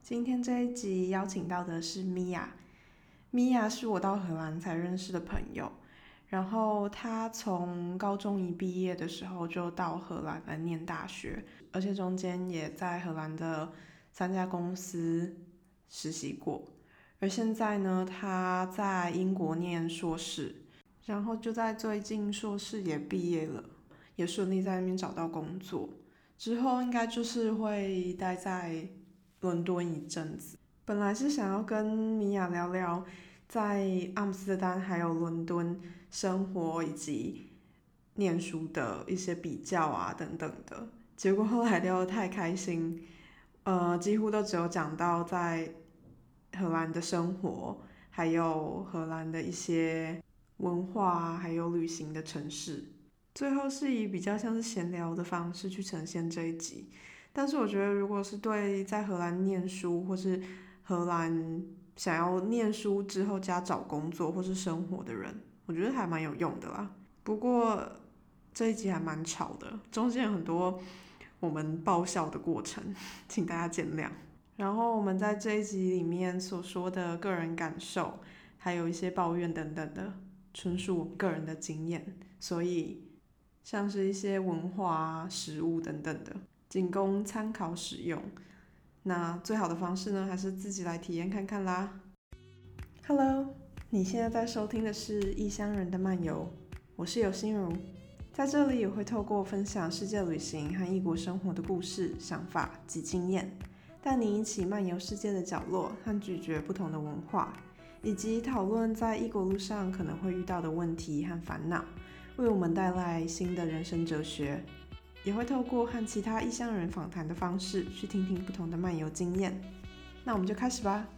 今天这一集邀请到的是米娅。米娅是我到荷兰才认识的朋友，然后她从高中一毕业的时候就到荷兰来念大学，而且中间也在荷兰的3家公司实习过。而现在呢，她在英国念硕士，然后就在最近硕士也毕业了，也顺利在那边找到工作。之后应该就是会待在伦敦一阵子。本来是想要跟米娅聊聊在阿姆斯特丹还有伦敦生活以及念书的一些比较啊等等的，结果后来聊得太开心，几乎都只有讲到在荷兰的生活，还有荷兰的一些文化啊，还有旅行的城市。最后是以比较像是闲聊的方式去呈现这一集，但是我觉得如果是对在荷兰念书或是荷兰想要念书之后加找工作或是生活的人，我觉得还蛮有用的啦。不过这一集还蛮吵的，中间有很多我们爆笑的过程，请大家见谅。然后我们在这一集里面所说的个人感受，还有一些抱怨等等的，纯属我个人的经验，所以像是一些文化啊、食物等等的，仅供参考使用。那最好的方式呢，还是自己来体验看看啦。Hello， 你现在在收听的是异乡人的漫游，我是有心如，在这里也会透过分享世界旅行和异国生活的故事、想法及经验，带你一起漫游世界的角落和咀嚼不同的文化，以及讨论在异国路上可能会遇到的问题和烦恼，为我们带来新的人生哲学。也会透过和其他异乡人访谈的方式，去听听不同的漫游经验。那我们就开始吧。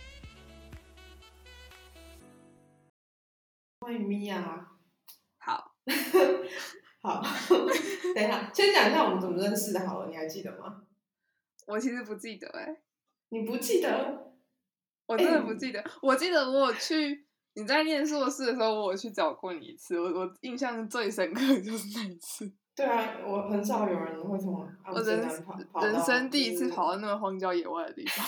欢迎米娅。 好， 好，等一下，先讲一下我们怎么认识的好了，你还记得吗？ 我其实不记得你不记得？ 我真的不记得。我记得我有去你在念硕士的时候，我有去找过你一次。我印象最深刻的就是那一次。 对啊，我很少有人会从阿姆斯特丹跑到， 人生第一次跑到那么荒郊野外的地方，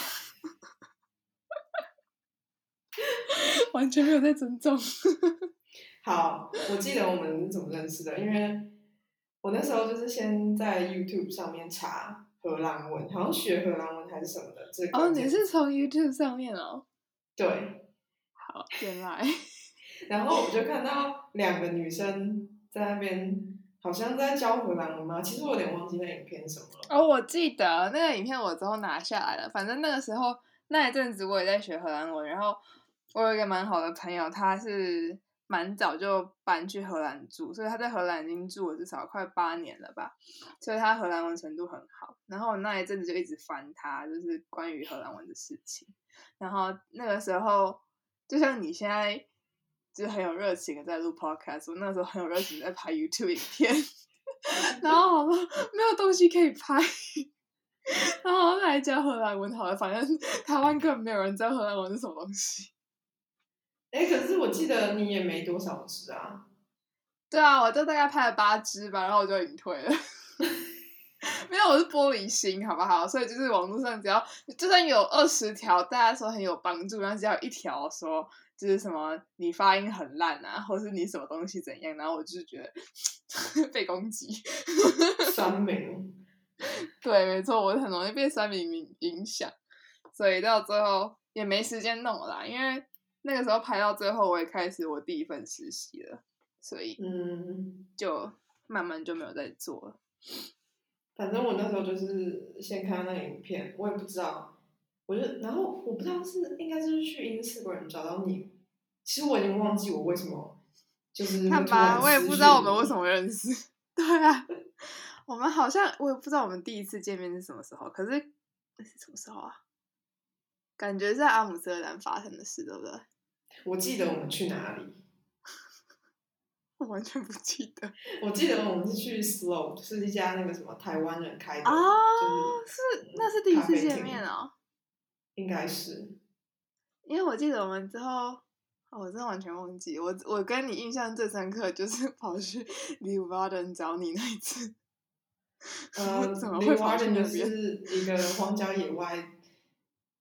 完全没有在尊重。 好，我记得我们是怎么认识的，因为我那时候就是先在 YouTube 上面查荷兰文，好像学荷兰文还是什么的，这个关键你是从 YouTube 上面哦？ 对， 好，原来。 然后我就看到2个女生在那边，好像在教荷兰文吗？其实我有点忘记那影片什么了。 我记得那个影片我之后拿下来了。反正那个时候那一阵子我也在学荷兰文，然后我有一个蛮好的朋友，他是蛮早就搬去荷兰住，所以他在荷兰已经住了至少快8年了吧，所以他荷兰文程度很好。然后那一阵子就一直翻他，就是关于荷兰文的事情。然后那个时候，就像你现在就是很有热情的在录 podcast， 我那时候很有热情在拍 YouTube 影片。然后好了，没有东西可以拍，然后来教荷兰文好了，反正台湾根本没有人知道荷兰文是什么东西。 可是我记得你也没多少支啊。 对啊，我就大概拍了8支吧，然后我就隐退了。没有，我是玻璃心，好不好？所以就是网络上就算有20条，大家说很有帮助，然后只要有1条说就是什么你发音很烂啊，或是你什么东西怎样，然后我就是觉得被攻击。 酸民。 对，没错，我很容易被酸民影响，所以到最后也没时间弄了啦。因为那个时候拍到最后，我也开始我第1份实习了，所以就慢慢就没有再做了。 反正我那时候就是先看那个影片，我也不知道，然后我不知道应该是去 Instagram 找到你，其实我已经忘记我为什么就是会看吧， 突然我也不知私讯你。 道我们为什么认识。对啊，我们好像我也不知道我们第一次见面是什么时候，可是是什么时候啊？感觉在阿姆斯特丹发生的事，对不对？ 我记得我们去哪里？ 我完全不记得。 我记得我们是去 Slow， 是一家那个什么台湾人开的， 那是第一次见面哦。 应该是， 因为我记得我们之后，我真的完全忘记。我跟你印象最深刻就是跑去 Leeuwarden 找你那一次。怎么会跑去那边？ 就是一个荒郊野外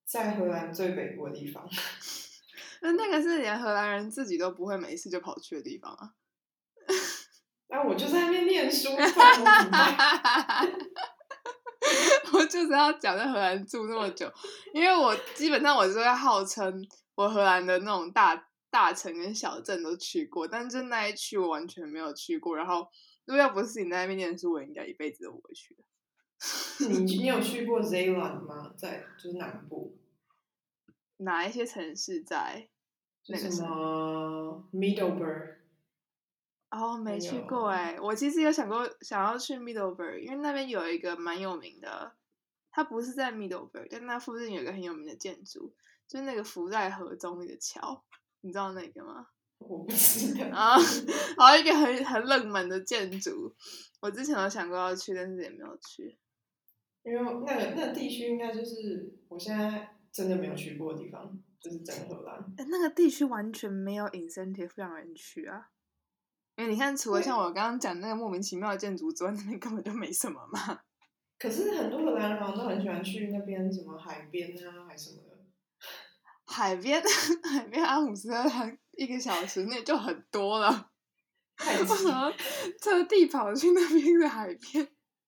在荷兰最北部的地方。 那个是连荷兰人自己都不会没事就跑去的地方啊。 那我就在那边念书，不然我怎么办？ 我就是要讲在荷兰住那么久，因为我基本上我就会号称我荷兰的那种大城跟小镇都去过，但是那一区我完全没有去过。然后如果要不是你在那边念书，我应该一辈子都不会去的。 你有去过 Zeeland 吗？在就是南部， 哪一些城市在就什那个省？ 么 Middleburg， 哦， 还没去过有哎。我其实有想过想要去 Middleburg，因为那边有一个蛮有名的，它不是在 Middleburg，但那附近有一个很有名的建筑，就是那个浮在河中那个桥，你知道那个吗？ 我不知道。 啊，然后一个很冷门的建筑，我之前有想过要去，但是也没有去。 因为那个地区应该就是我现在真的没有去过的地方，就是整个荷兰。 那个地区完全没有 incentive 让人去啊，因为你看，除了像我刚刚讲那个莫名其妙的建筑之外，那边根本就没什么嘛。 可是很多荷兰人好像都很喜欢去那边什么海边啊，还什么的。 海边，海边阿姆斯特丹1个小时内就很多了，为太近。 什么特地跑去那边的海边？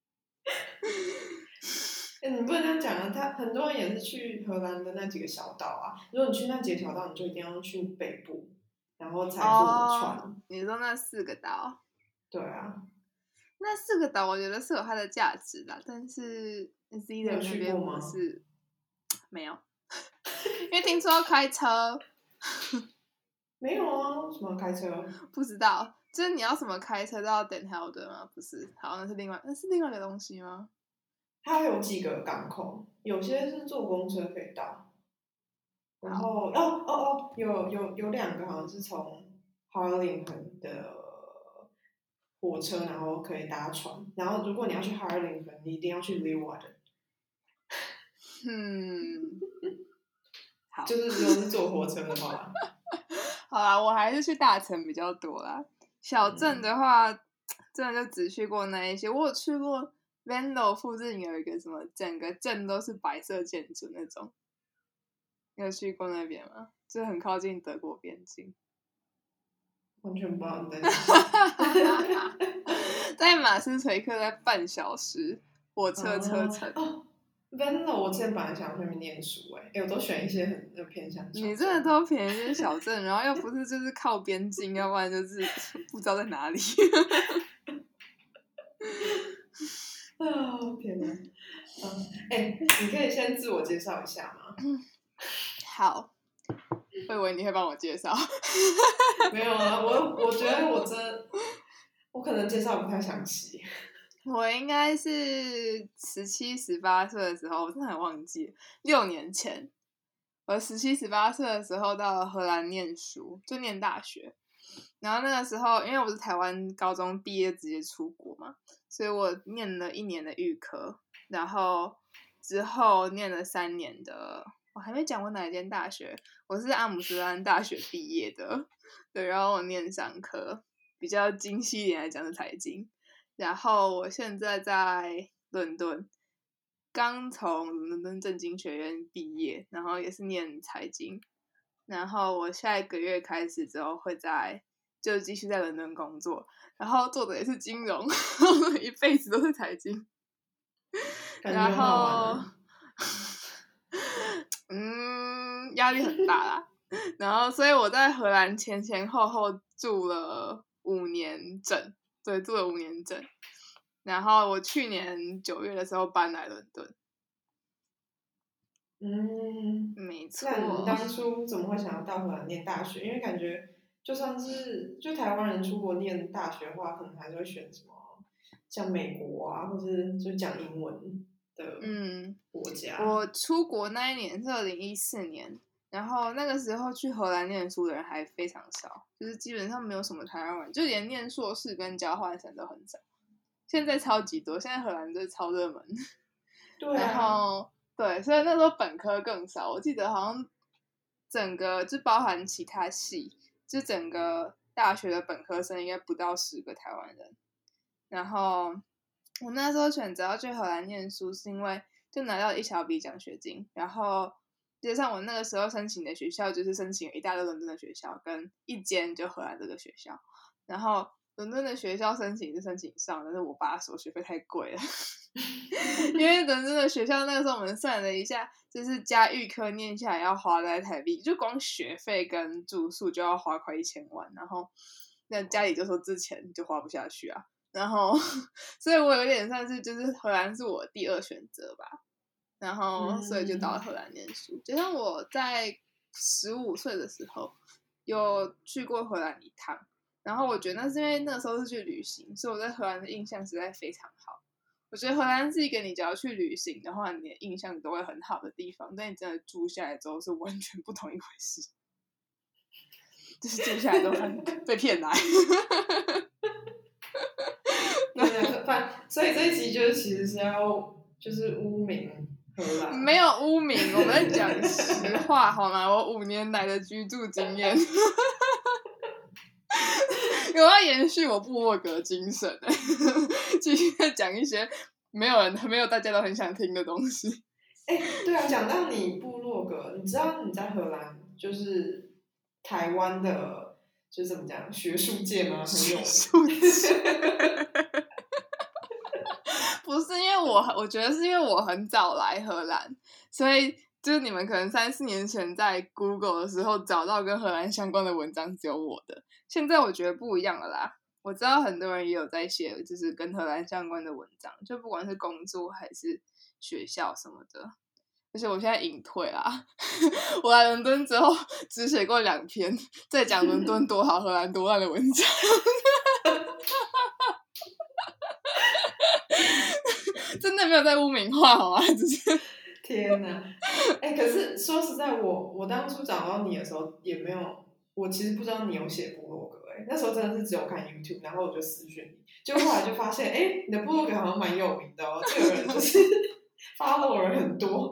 你不能这样讲啊！他很多人也是去荷兰的那几个小岛啊。如果你去那几个小岛，你就一定要去北部，然后才坐哦， 船。 你说那4个岛， 对啊， 那4个岛我觉得是有它的价值的，但是 Z 你有的那边去过吗？ 我是没有，因为听说要开车， 没有啊，什么开车？ 不知道，就是你要什么开车到 Den Helder 吗？不是，好，那是另外一个东西吗？ 它有几个港口，有些是坐公车可以到。然好， 后有两个好像是从 Harlingen 的火车，然后可以搭船。然后如果你要去 Harlingen，你一定要去 Leeuwarden。 好， 就是如果是坐火车的话。 好啦，我还是去大城比较多啦。小镇的话，真的就只去过那一些。我有去过 Venlo 附近有一个什么，整个镇都是白色建筑那种。你有去过那边吗？就很靠近德国边境。 完全不知道你在讲什么。 在马斯垂克在半小时火车车程。 Venlo，我之前本来想去那边念书，我都选一些很偏向小你真的镇。 都便宜一些小镇，然后又不是就是靠边境，要不然就是不知道在哪里。 天哪！你可以先自我介绍一下吗？ 好，我以为你会帮我介绍。 没有啊，我觉得我可能介绍不太详细。 我应该是17、18岁的时候，我真的很忘记6年前，我17、18岁的时候到了荷兰念书，就念大学。然后那个时候，因为我是台湾高中毕业直接出国嘛，所以我念了1年的预科，然后之后念了3年的，我还没讲过哪一间大学，我是阿姆斯特丹大学毕业的，对，然后我念商科，比较精细一点来讲是财经。然后我现在在伦敦，刚从伦敦政经学院毕业，然后也是念财经。然后我下一个月开始之后就继续在伦敦工作，然后做的也是金融，一辈子都是财经。然感觉很好玩后， 啊。 压力很大啦。然后，所以我在荷兰前前后后住了5年整，对，住了5年整。然后我去年9月的时候搬来伦敦。没那你错。 当初怎么会想要到荷兰念大学？因为感觉就算是台湾人出国念大学的话，可能还是会选什么像美国啊，或是就讲英文的国家。 我出国那一年是2014年，然后那个时候去荷兰念书的人还非常少，就是基本上没有什么台湾人，就连念硕士跟交换生都很少。现在超级多，现在荷兰就是超热门。然对啊。 后对，所以那时候本科更少，我记得好像整个就包含其他系，就整个大学的本科生应该不到10个台湾人。然后我那时候选择要去荷兰念书，是因为就拿到1小笔奖学金，然后加上我那个时候申请的学校就是申请了一大堆伦敦的学校，跟一间就荷兰这个学校。然后伦敦的学校申请是申请上，但是我爸说学费太贵了，因为伦敦的学校那个时候我们算了一下，就是加预科念下来要花在台币，就光学费跟住宿就要花快1000万，然后那家里就说之前就花不下去啊，然后所以我有点算是就是荷兰是我第二选择吧。然后所以就到了荷兰念书。加上我在15岁的时候有去过荷兰一趟，然后我觉得那是因为那个时候是去旅行，所以我对荷兰的印象实在非常好。我觉得荷兰是一个你只要去旅行的话，你的印象都会很好的地方，但你真的住下来之后是完全不同一回事，就是住下来之后被骗来。 所以这一集就是其实是要就是污名荷兰， 没有污名，我们在讲实话好吗？我5年来的居住经验。有要延续我部落格精神，继续讲一些没有大家都很想听的东西。 对啊，讲到你部落格，你知道你在荷兰就是台湾的，就是怎么讲学术界吗？很有名。 不是因为我觉得是因为我很早来荷兰，所以就是你们可能3-4年前在 Google 的时候找到跟荷兰相关的文章只有我的，现在我觉得不一样了啦。我知道很多人也有在写就是跟荷兰相关的文章，就不管是工作还是学校什么的。而且我现在隐退啦，我来伦敦之后只写过2篇在讲伦敦多好荷兰多烂的文章。真的没有在污名化好吗？只是天哪！可是说实在，我当初找到你的时候也没有，我其实不知道你有写部落格，那时候真的是只有看 YouTube， 然后我就私讯你，就后来就发现，你的部落格好像蛮有名的哦，这个人就是follow 人很多。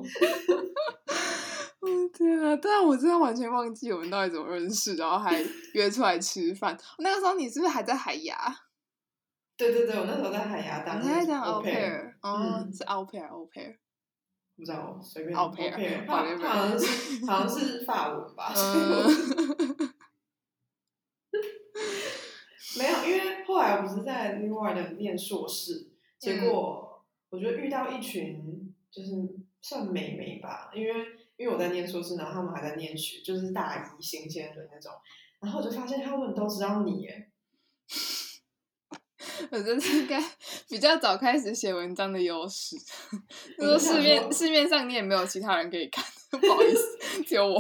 天啊！对啊，我真的完全忘记我们到底怎么认识，然后还约出来吃饭。那个时候你是不是还在海牙？ 对对对，我那时候在海牙当。 你还在讲 au pair， 是 au pair， 不知道随便 au pair， 他好像是法文吧。没有，因为后来我不是在另外的念硕士，结果我就遇到一群就是算美眉吧，因为我在念硕士，然后他们还在念学，就是大一新鲜人那种，然后我就发现他们都知道你耶。 我真是应该比较早开始写文章的优势。就说市面上你也没有其他人可以看，不好意思，只有我。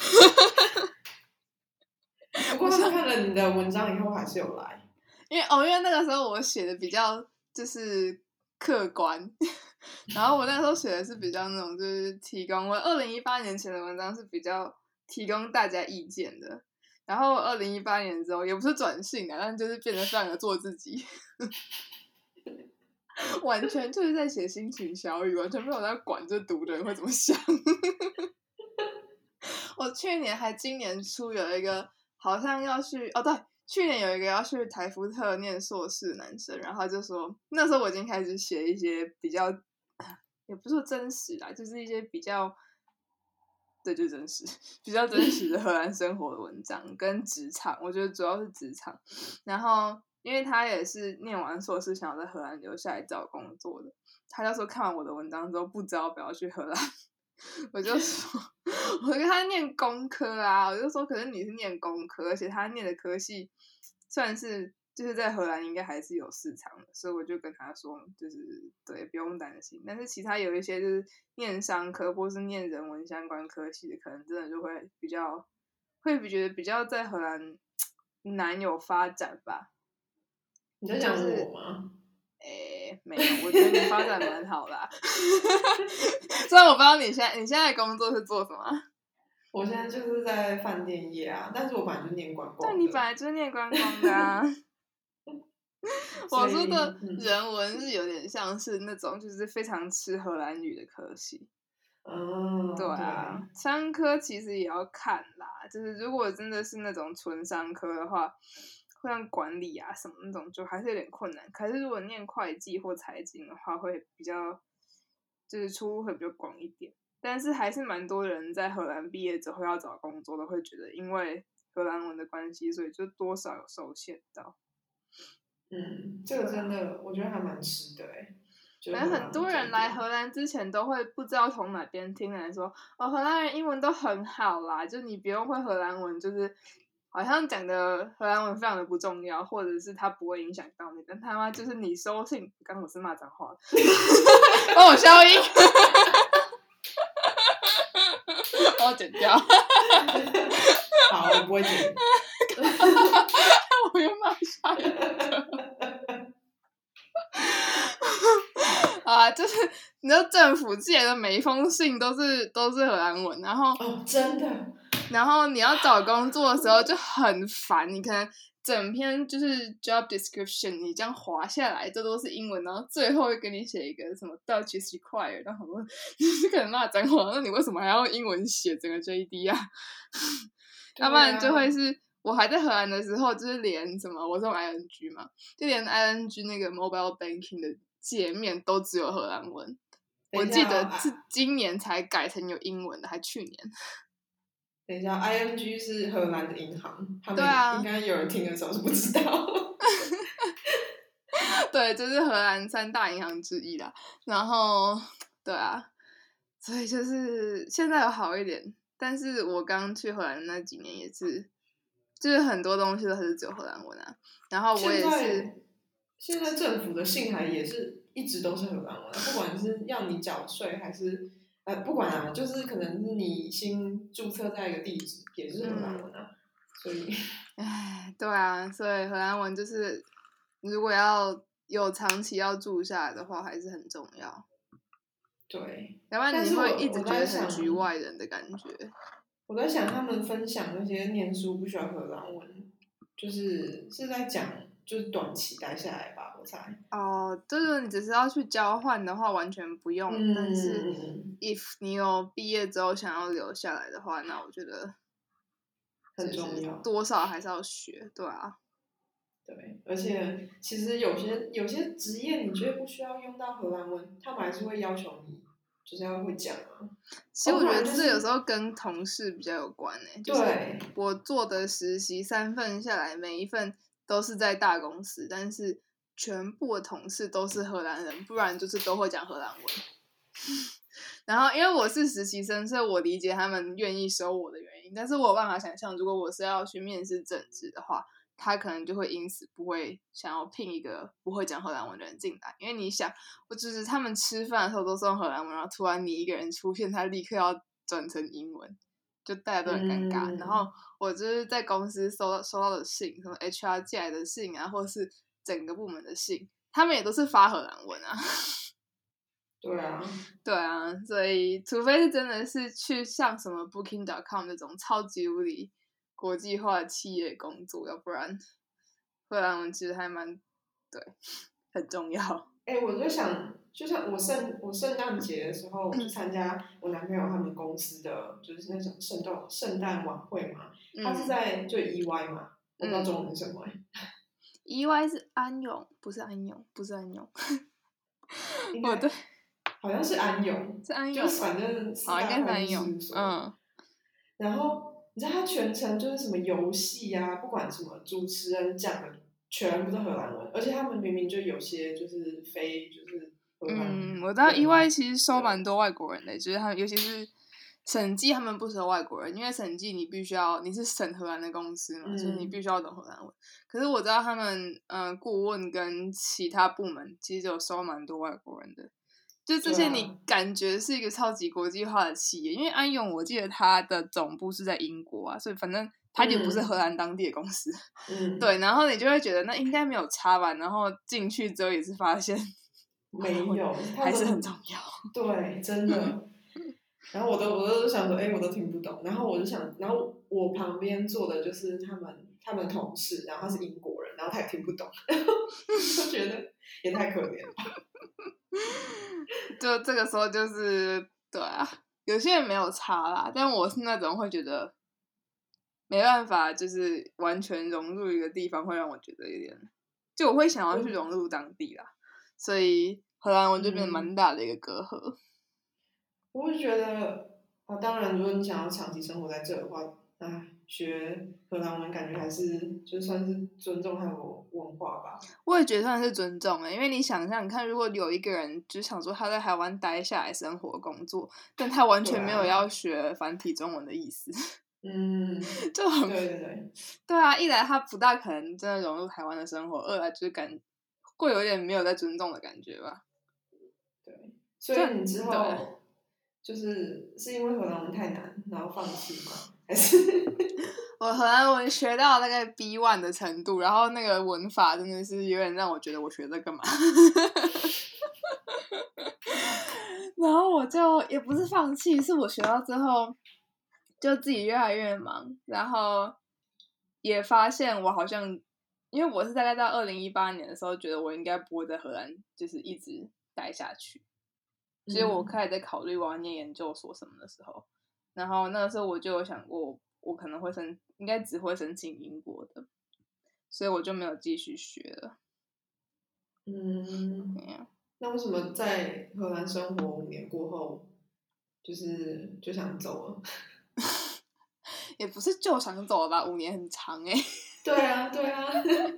不过他们看了你的文章以后还是有来， 因为那个时候我写的比较就是客观，然后我那时候写的是比较那种就是提供我2018年前的文章是比较提供大家意见的，然后2018年之后也不是转性啊，但就是变得非常的做自己。完全就是在写心情小语，完全没有在管这读的人会怎么想。我今年初有一个好像要去对，去年有一个要去台福特念硕士的男生，然后他就说那时候我已经开始写一些比较也不是说真实啦，就是一些比较对，就真实比较真实的荷兰生活的文章跟职场，我觉得主要是职场，然后。因为他也是念完硕士想要在荷兰留下来找工作的，他就说看完我的文章之后不知道要不要去荷兰，我就说我跟他念工科啊，我就说可是你是念工科，而且他念的科系算是就是在荷兰应该还是有市场的，所以我就跟他说就是对不用担心，但是其他有一些就是念商科或是念人文相关科系的，可能真的就会觉得比较在荷兰难有发展吧。 你在讲我吗？ 没有，我觉得你发展蛮好啦。虽然我不知道你现在的工作是做什么。 我现在就是在饭店业啊，但是我本来就念观光的。 对，你本来就是念观光的啊。我说的人文是有点像是那种就是非常吃荷兰语的科系。对啊，商科其实也要看啦，就是如果真的是那种纯商科的话，会像管理啊什么那种就还是有点困难。可是如果念会计或财经的话，会比较就是出路会比较广一点。 但是还是蛮多人在荷兰毕业之后要找工作的，会觉得因为荷兰文的关系，所以就多少有受限到。 这个真的我觉得还蛮吃的就是反正很多人来荷兰之前都会不知道从哪边听来说，荷兰人英文都很好啦，就你不用会荷兰文，就是好像讲的荷兰文非常的不重要，或者是它不会影响到你，但他妈就是你收信，刚我是骂脏话，帮我消音，帮我剪掉， 好，我不会剪， 我又骂下一个。啊，就是你知道政府寄来的每一封信都是荷兰文，然后真的， 然后你要找工作的时候就很烦，你可能整篇就是 job description， 你这样滑下来，这都是英文，然后最后会给你写一个什么 Dutch is required， 然后就是可能骂脏话，那你为什么还要用英文写整个 JD 啊？要不然就会是我还在荷兰的时候，就是连什么我是用 ING 嘛，就连 ING 那个 mobile banking 的界面都只有荷兰文。我记得是今年才改成有英文的，还去年。 等一下 ，ING 是荷兰的银行，他们应该有人听的时候是不知道。 对，就是荷兰3大银行之一啦。然后，对啊，所以就是现在有好一点，但是我刚去荷兰那几年也是，就是很多东西都是只有荷兰文啊。然后我也是， 现在政府的信函也是一直都是荷兰文，不管是要你缴税还是不管啊，就是可能是你新注册在一个地址也是荷兰文啊，所以， 对啊，所以荷兰文就是如果要有长期要住下来的话，还是很重要。 对， 要不然你会一直觉得很局外人的感觉。 我在想他们分享那些念书不需要荷兰文，是在讲就是短期待下来吧，我猜。 就是你只是要去交换的话，完全不用。但是 if 你有毕业之后想要留下来的话，那我觉得很重要， 多少还是要学，对啊。 对，而且其实有些职业你觉得不需要用到荷兰文，他们还是会要求你就是要会讲啊。 其实我觉得这有时候跟同事比较有关就是我做的实习3份下来，每一份都是在大公司，但是全部的同事都是荷兰人，不然就是都会讲荷兰文。然后因为我是实习生，所以我理解他们愿意收我的原因，但是我有办法想象，如果我是要去面试正职的话，他可能就会因此不会想要聘一个不会讲荷兰文的人进来，因为你想，我就是他们吃饭的时候都是用荷兰文，然后突然你一个人出现，他立刻要转成英文，就大家都很尴尬。然后我就是在公司收到的信，什么 HR 寄来的信啊，或是整个部门的信，他们也都是发荷兰文啊。对啊，所以除非是真的是去像什么 Booking.com 那种超级无敌国际化的企业工作，要不然荷兰文其实还蛮很重要。 我就想，就像我圣诞节的时候去参加我男朋友他们公司的就是那种圣诞晚会嘛，他是在就 EY 嘛，我不知道中文是什么 EY 是安永，不是安永，不是安永。对， 好像是安永， 是安永， 就是反正4大会计事务所。然后你知道他全程就是什么游戏啊，不管什么主持人讲的全部都荷兰文，而且他们明明就有些就是非就是荷兰。 我知道 EY 其实收蛮多外国人的，就是他们尤其是审计，他们不收外国人，因为审计你是审荷兰的公司嘛，所以你必须要懂荷兰文。可是我知道他们顾问跟其他部门其实有收蛮多外国人的。就这些，你感觉是一个超级国际化的企业，因为安永我记得它的总部是在英国啊，所以反正它也不是荷兰当地的公司。对，然后你就会觉得那应该没有差吧，然后进去之后也是发现没有， 还是很重要。 对，真的。然后我都想说，我都听不懂。然后我就想，然后我旁边坐的就是他们同事，然后他是英国人，然后他也听不懂，就觉得也太可怜了。 就这个时候就是对啊，有些人没有差啦，但我是那种会觉得没办法，就是完全融入一个地方，会让我觉得有点，就我会想要去融入当地啦，所以荷兰文就变得蛮大的一个隔阂。 我会觉得当然如果你想要长期生活在这的话，学荷兰文感觉还是就算是尊重还有文化吧。 我也觉得算是尊重因为你想想看，如果有一个人就想说他在台湾待下来生活工作，但他完全没有要学繁体中文的意思，就很对啊，一来他不大可能真的融入台湾的生活，二来就是会有点没有在尊重的感觉吧。 对，所以你之后是因为荷兰文太难，然后放弃吗？还是我荷兰文学到大概 B1 的程度，然后那个文法真的是有点让我觉得我学这干嘛？然后我就也不是放弃，是我学到之后就自己越来越忙，然后也发现我好像，因为我是大概到2018年的时候，觉得我应该不会在荷兰就是一直待下去，所以我开始在考虑我要念研究所什么的时候，然后那个时候我就有想过，我可能会应该只会申请英国的，所以我就没有继续学了。 那为什么在荷兰生活5年过后，就想走了？ 也不是就想走了吧，5年很长对啊，对啊。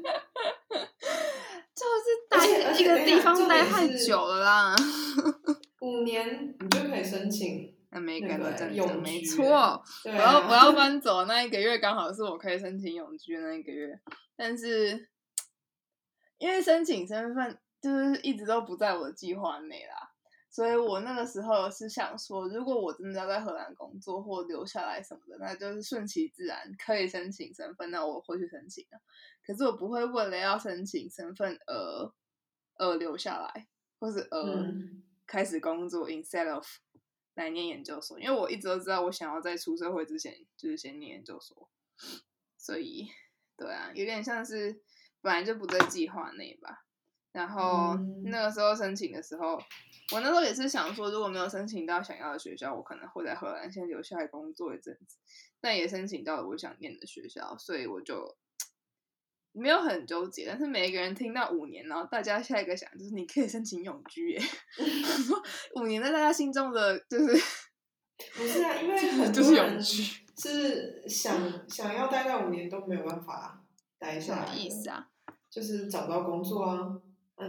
就是待一个地方待太久了啦。 5年你就可以申请每个人都这样永居， 没错。我要搬走那1个月，刚好是我可以申请永居的那1个月，但是因为申请身份就是一直都不在我的计划内啦，所以我那个时候是想说，如果我真的要在荷兰工作或留下来什么的，那就是顺其自然可以申请身份，那我会去申请的。可是我不会为了要申请身份而留下来，或是开始工作 instead of 来念研究所，因为我一直都知道我想要在出社会之前就是先念研究所，所以对啊，有点像是本来就不在计划内吧。然后那个时候申请的时候，我那时候也是想说，如果没有申请到想要的学校，我可能会在荷兰先留下来工作一阵子，但也申请到了我想念的学校，所以我就没有很纠结。但是每一个人听到5年，然后大家下一个想就是你可以申请永居耶，5年在大家心中的就是不是啊，因为很多人是想要待到5年都没有办法待下来。 什么意思啊？ 就是找不到工作啊。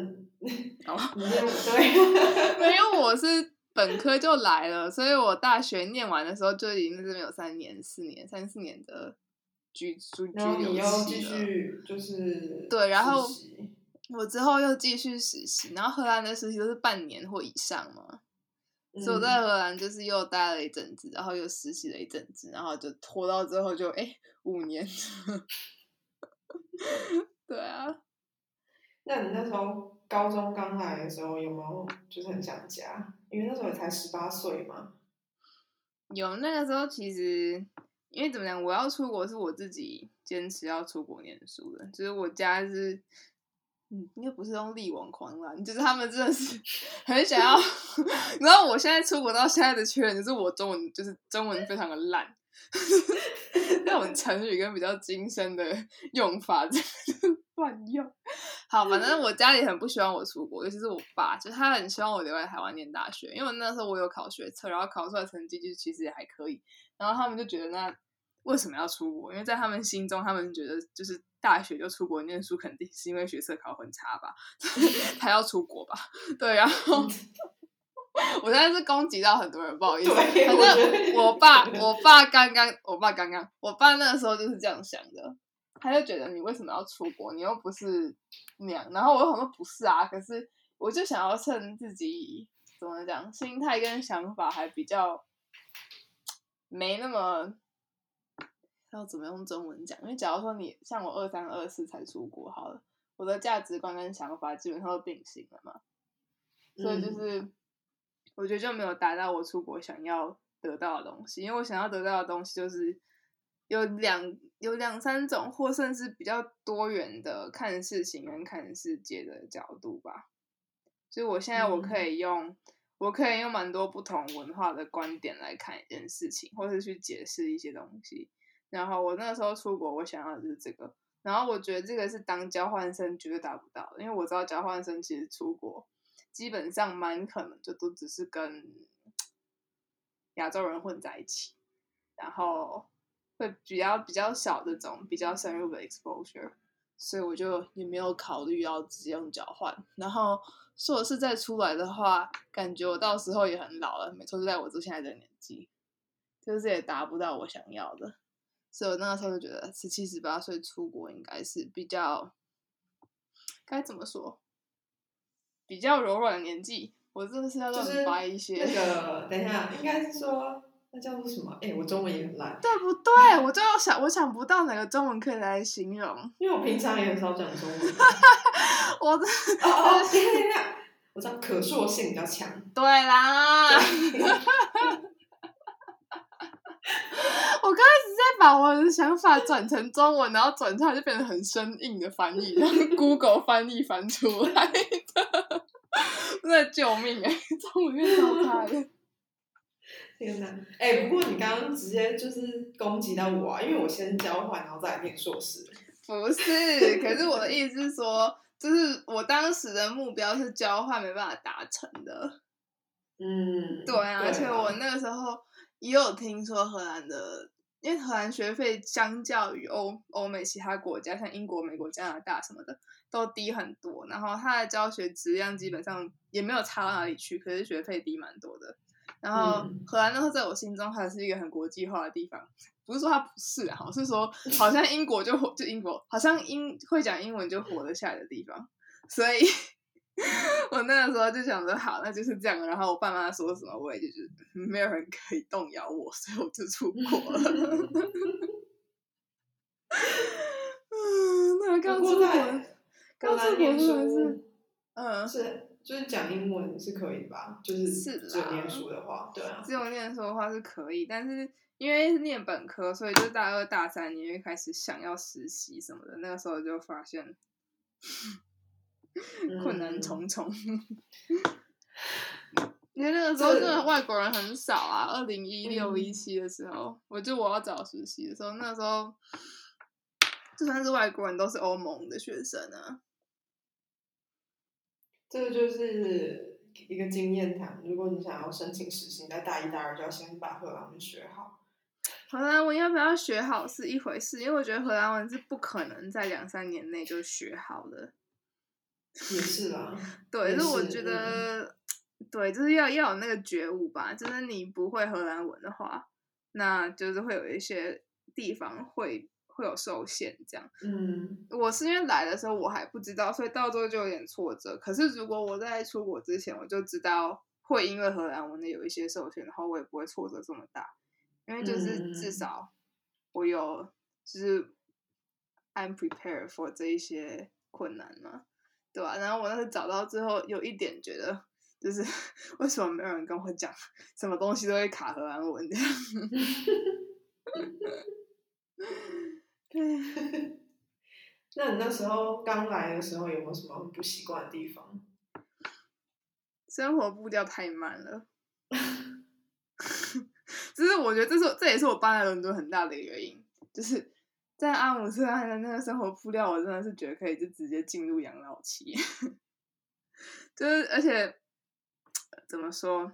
对，没有，我是本科就来了，所以我大学念完的时候就已经在这边有3年、3四年的居留期了。 然后你又继续就是对，然后我之后又继续实习，然后荷兰的实习都是半年或以上嘛，所以我在荷兰就是又待了一阵子，然后又实习了一阵子，然后就拖到最后就5年。对啊。 那你那时候高中刚来的时候有没有就是很想家？因为那时候也才18岁嘛。 有，那个时候其实因为怎么讲，我要出国是我自己坚持要出国念书的，就是我家是应该不是用力挽狂澜，就是他们真的是很想要。然后我现在出国到现在的缺点就是我中文非常的烂，那种成语跟比较精深的用法乱用。好，反正我家里很不希望我出国，尤其是我爸，就是他很希望我留在台湾念大学，因为那时候我有考学测，然后考出来成绩就其实也还可以，然后他们就觉得那为什么要出国？因为在他们心中，他们觉得就是大学就出国念书，肯定是因为学测考很差吧，才要出国吧？对，然后我现在是攻击到很多人，不好意思。反正我爸那个时候就是这样想的，他就觉得你为什么要出国？你又不是那样。然后我又想说不是啊，可是我就想要趁自己怎么讲，心态跟想法还比较没那么。要怎么用中文讲？因为假如说你像我23、24才出国好了，我的价值观跟想法基本上都定型了嘛，所以就是我觉得就没有达到我出国想要得到的东西，因为我想要得到的东西就是有两三种，或甚至比较多元的看事情跟看世界的角度吧。所以我现在我可以用蛮多不同文化的观点来看一件事情，或是去解释一些东西。然后我那个时候出国，我想要的就是这个。然后我觉得这个是当交换生绝对达不到的，因为我知道交换生其实出国基本上蛮可能就都只是跟亚洲人混在一起，然后会比较少这种比较深入的 exposure， 所以我就也没有考虑要直接用交换。然后硕士再出来的话，感觉我到时候也很老了，没错，就在我现在这个年纪，就是也达不到我想要的，所以我那个时候就觉得17、18岁出国应该是比较该怎么说，比较柔软的年纪。我真的是要乱掰一些， 就是那个等一下，应该是说那叫做什么？我中文也很烂， 对不对？我想不到哪个中文可以来形容， 因为我平常也很少讲中文。 我等一下，我知道可塑性比较强。 对啦。我刚开始在把我的想法转成中文，然后转出来就变成很生硬的翻译，然后 Google 翻译翻出来的，真的救命中文越超差的。 天哪！不过你刚刚直接就是攻击到我啊，因为我先交换，然后再来念硕士。 不是，可是我的意思是说，就是我当时的目标是交换，没办法达成的。对啊，而且我那个时候也有听说荷兰的，因为荷兰学费相较于欧美其他国家，像英国、美国、加拿大什么的，都低很多。然后它的教学质量基本上也没有差到哪里去，可是学费低蛮多的。然后荷兰那时候在我心中还是一个很国际化的地方，不是说它不是啊，是说好像英国就英国，好像会讲英文就活得下来的地方，所以我那个时候就想着好，那就是这样。然后我爸妈说什么，我也就是没有人可以动摇我，所以我就出国了。那刚出国真的是就是讲英文是可以吧？就是只有念书的话，对啊， 只有念书的话是可以，但是因为是念本科，所以就是大2、大3你会开始想要实习什么的，那个时候就发现困难重重。因为那个时候真的外国人很少啊，2016、17的时候，我要找实习的时候，那时候就算是外国人都是欧盟的学生啊。 这个就是一个经验谈，如果你想要申请实习，在大1、大2就要先把荷兰文学好。 荷兰文要不要学好是一回事，因为我觉得荷兰文是不可能在2、3年内就学好的。 也是啦。 对，就是我觉得，对，就是要有那个觉悟吧。就是你不会荷兰文的话，那就是会有一些地方会有受限这样。我是因为来的时候我还不知道，所以到最后就有点挫折。可是如果我在出国之前我就知道会因为荷兰文的有一些受限，然后我也不会挫折这么大，因为就是至少我有就是 I'm prepared for 这一些困难嘛，对吧？然后我那时找到之后有一点觉得，就是为什么没有人跟我讲什么东西都会卡荷兰文这样？ 那你那时候刚来的时候有没有什么不习惯的地方？ 生活步调太慢了。就是我觉得这也是我搬来伦敦很大的原因，就是在阿姆斯特丹的那个生活步调，我真的是觉得可以就直接进入养老期。就是而且怎么说，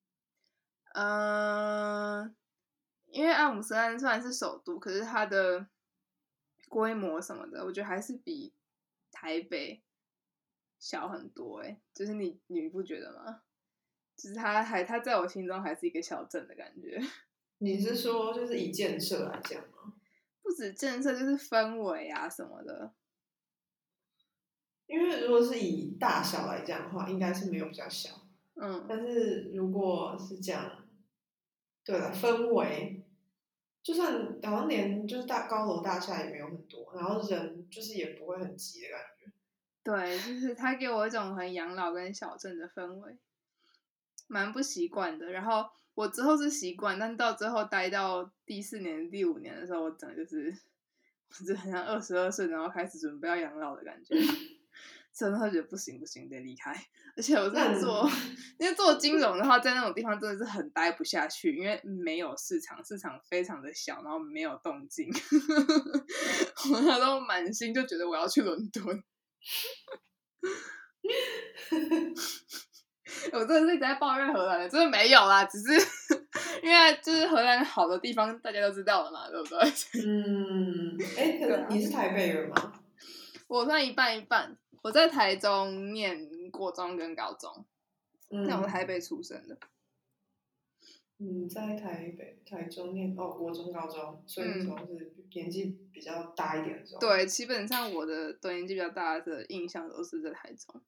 因为阿姆斯特丹虽然是首都，可是它的规模什么的，我觉得还是比台北小很多就是你不觉得吗？就是它在我心中还是一个小镇的感觉。 你是说就是以建设来讲吗？ 不止建设，就是氛围啊什么的。 因为如果是以大小来讲的话，应该是没有比较小。但是如果是讲，对了，氛围，就算好像连就是高楼大厦也没有很多，然后人就是也不会很挤的感觉。 对，就是它给我一种很养老跟小镇的氛围，蛮不习惯的。然后我之后是习惯，但到最后待到第4年、第5年的时候，我整个就是很像22岁，然后开始准备要养老的感觉。真的会觉得不行，得离开。而且我是因为做金融的话，在那种地方真的是很待不下去，因为没有市场非常的小，然后没有动静。我那时候满心就觉得我要去伦敦。我真的是一直在抱怨荷兰的，真的没有啦，只是因为就是荷兰好的地方大家都知道了嘛，对不对？ 可是你是台北人吗？ 我算一半一半，我在台中念国中跟高中，那我台北出生的。 在台中念国中、高中，所以那时候是年纪比较大一点的时候。 对，基本上我的对年纪比较大的印象都是在台中。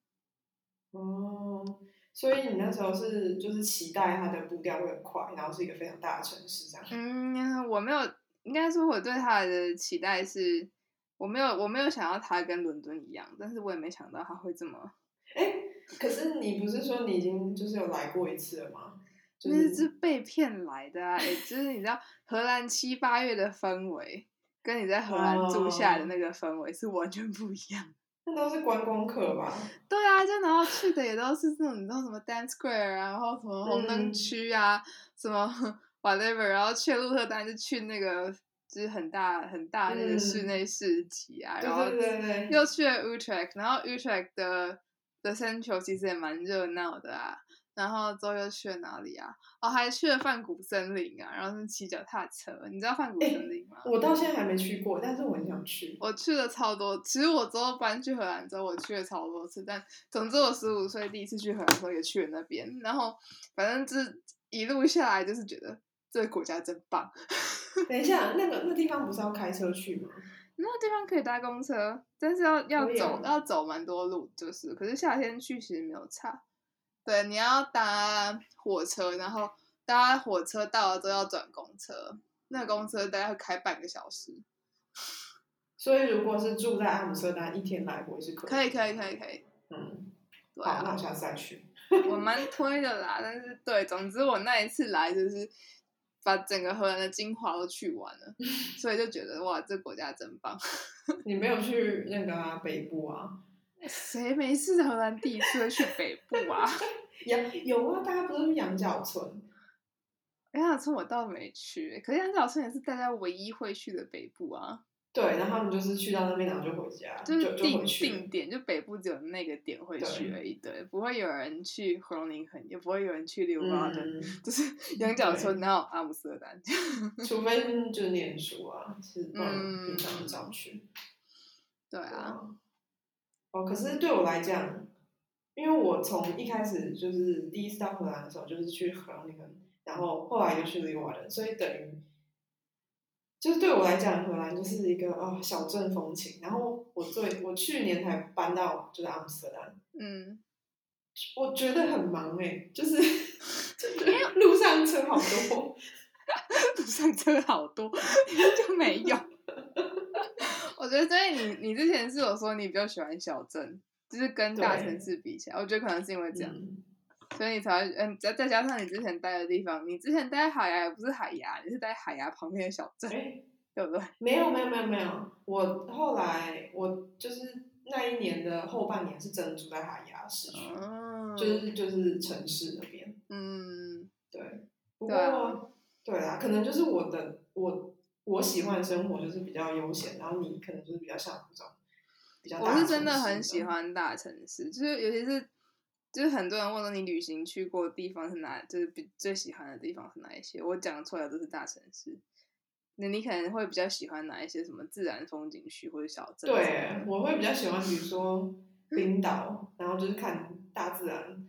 所以你那时候是就是期待它的步调会很快，然后是一个非常大的城市这样。 我没有，应该说我对它的期待是，我没有想要它跟伦敦一样，但是我也没想到它会这么。 可是你不是说你已经就是有来过一次了吗？ 那是被骗来的啊！就是你知道荷兰7、8月的氛围，跟你在荷兰住下来的那个氛围是完全不一样。 那都是观光客吧？ 对啊，就然后去的也都是那种你知道什么 Dance Square 啊，然后什么红灯区啊，什么 whatever， 然后去鹿特丹就去那个就是很大那个室内市集啊，然后又去了 Utrecht， 然后 Utrecht 的 Central 其实也蛮热闹的啊。然后之后又去了哪里啊？还去了梵谷森林啊，然后是骑脚踏车。你知道梵谷森林吗？ 我到现在还没去过，但是我很想去。 我去了超多，其实我之后搬去荷兰之后，我去了超多次。但总之，我15岁第一次去荷兰的时候也去了那边，然后反正就是一路下来就是觉得这个国家真棒。 等一下，那地方不是要开车去吗？ 那个地方可以搭公车，但是要走蛮多路，就是。可是夏天去其实没有差。对，你要搭火车，然后搭火车到了之后要转公车，那个公车大概会开半个小时。 所以如果是住在阿姆斯特丹，一天来回是可以。 可以。 对啊， 好，那我下次再去。 我蛮推的啦，但是对，总之我那一次来就是把整个荷兰的精华都去完了，所以就觉得哇，这国家真棒。 你没有去那个北部啊？ 谁没事荷兰第一次会去北部啊？ 有啊，大家不是去羊角村？ 羊角村我倒没去，可是羊角村也是大家唯一会去的北部啊。 对，然后他们就是去到那边，然后就回家， 就是定点，就北部只有那个点会去而已，对，不会有人去克隆宁肯，也不会有人去利华顿，就是羊角村，然后阿姆斯特丹， 除非就是念书啊，是不然平常很少去。 对啊。 可是对我来讲，因为我从一开始就是第一次到荷兰的时候，就是去克隆宁肯，然后后来又去利华顿，所以等于。就是对我来讲，荷兰就是一个小镇风情。然后我去年才搬到就是阿姆斯特丹，我觉得很忙就是路上车好多， 路上车好多，就没有。我觉得所以你之前是有说你比较喜欢小镇，就是跟大城市比起来，我觉得可能是因为这样。所以你才再加上你之前待的地方，你之前待海牙也不是海牙，你是待海牙旁边的小镇，对不对？ 没有，我后来我就是那一年的后半年是真的住在海牙市区，就是城市那边。对。不过对啦，可能就是我喜欢的生活就是比较悠闲，然后你可能就是比较像这种比较大的城市。 我是真的很喜欢大城市，就是尤其是。就是很多人问说你旅行去过的地方是哪，就是最喜欢的地方是哪一些？我讲出来都是大城市。那你可能会比较喜欢哪一些什么自然风景区或者小镇？ 对，我会比较喜欢，比如说冰岛，然后就是看大自然。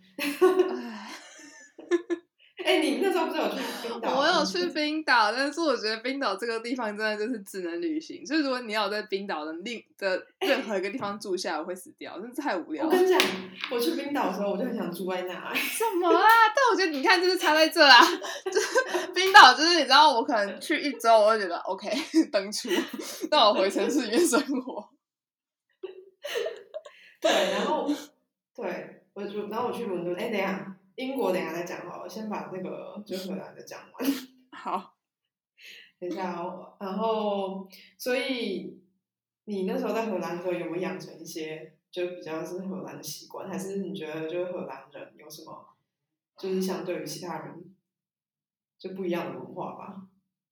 你那时候不是有去冰岛？ 我有去冰岛，但是我觉得冰岛这个地方真的就是只能旅行。所以如果你要在冰岛的任何一个地方住下来，我会死掉，真的太无聊。 我跟你讲，我去冰岛的时候，我就很想住在那。 什么啊？但我觉得你看，就是差在这啊。就是冰岛，就是你知道，我可能去1周，我就觉得 OK 登出，让我回城市里面生活。 对，然后我去伦敦。等一下。英国等一下再讲好了，先把那个就荷兰的讲完。 好， 等一下然后，所以你那时候在荷兰的时候有没有养成一些就比较是荷兰的习惯，还是你觉得就是荷兰人有什么就是相对于其他人就不一样的文化吧？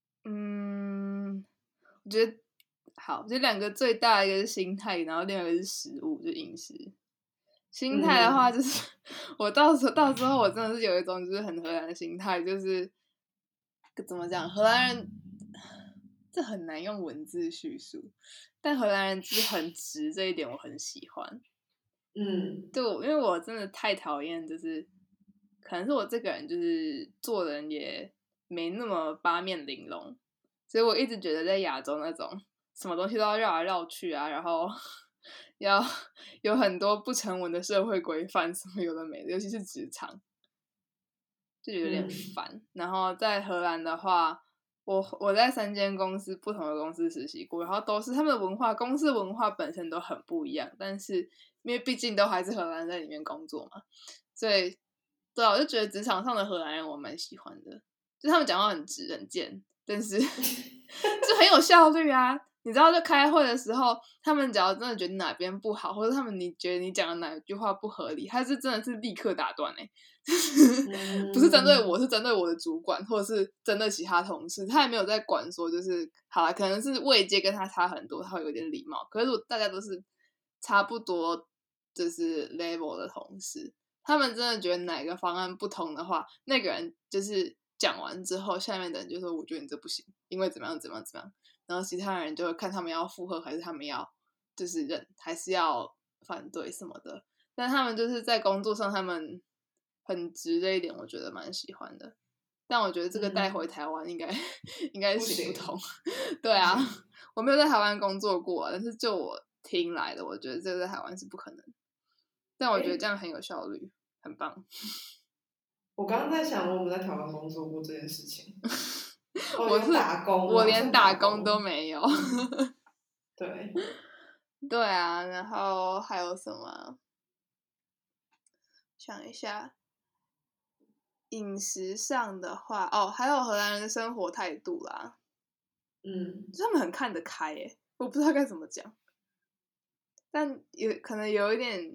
我觉得好，这两个最大的一个是心态，然后另外一个是食物，就饮食。心态的话，就是我到时候我真的是有一种就是很荷兰的心态，就是怎么讲？荷兰人这很难用文字叙述，但荷兰人就是很直，这一点我很喜欢。对，因为我真的太讨厌，就是可能是我这个人就是做人也没那么八面玲珑，所以我一直觉得在亚洲那种什么东西都要绕来绕去啊，然后要有很多不成文的社会规范，什么有的没的，尤其是职场，就有点烦。然后在荷兰的话，我在3间公司不同的公司实习过，然后都是他们的文化，公司文化本身都很不一样，但是因为毕竟都还是荷兰人在里面工作嘛，所以对啊，我就觉得职场上的荷兰人我蛮喜欢的，就他们讲话很直很贱，但是就很有效率啊。你知道，就开会的时候，他们只要真的觉得哪边不好，或者你觉得你讲的哪一句话不合理，他是真的是立刻打断不是针对我，是针对我的主管，或者是针对其他同事，他也没有在管说，就是好啦，可能是位阶跟他差很多，他会有点礼貌。可是如果大家都是差不多就是 level 的同事，他们真的觉得哪个方案不同的话，那个人就是讲完之后，下面的人就说：“我觉得你这不行，因为怎么样怎么样怎么样。”然后其他人就会看他们要附和，还是他们要就是忍，还是要反对什么的。但他们就是在工作上，他们很直这一点，我觉得蛮喜欢的。但我觉得这个带回台湾应该应该行不通。对啊，我没有在台湾工作过，但是就我听来的，我觉得这个在台湾是不可能。但我觉得这样很有效率，很棒。 我刚刚在想，我们在台湾工作过这件事情。 我是打工， 我连打工都没有。 对， 对啊，然后还有什么？想一下，饮食上的话，哦，还有荷兰人的生活态度啦。他们很看得开耶，我不知道该怎么讲，但可能有一点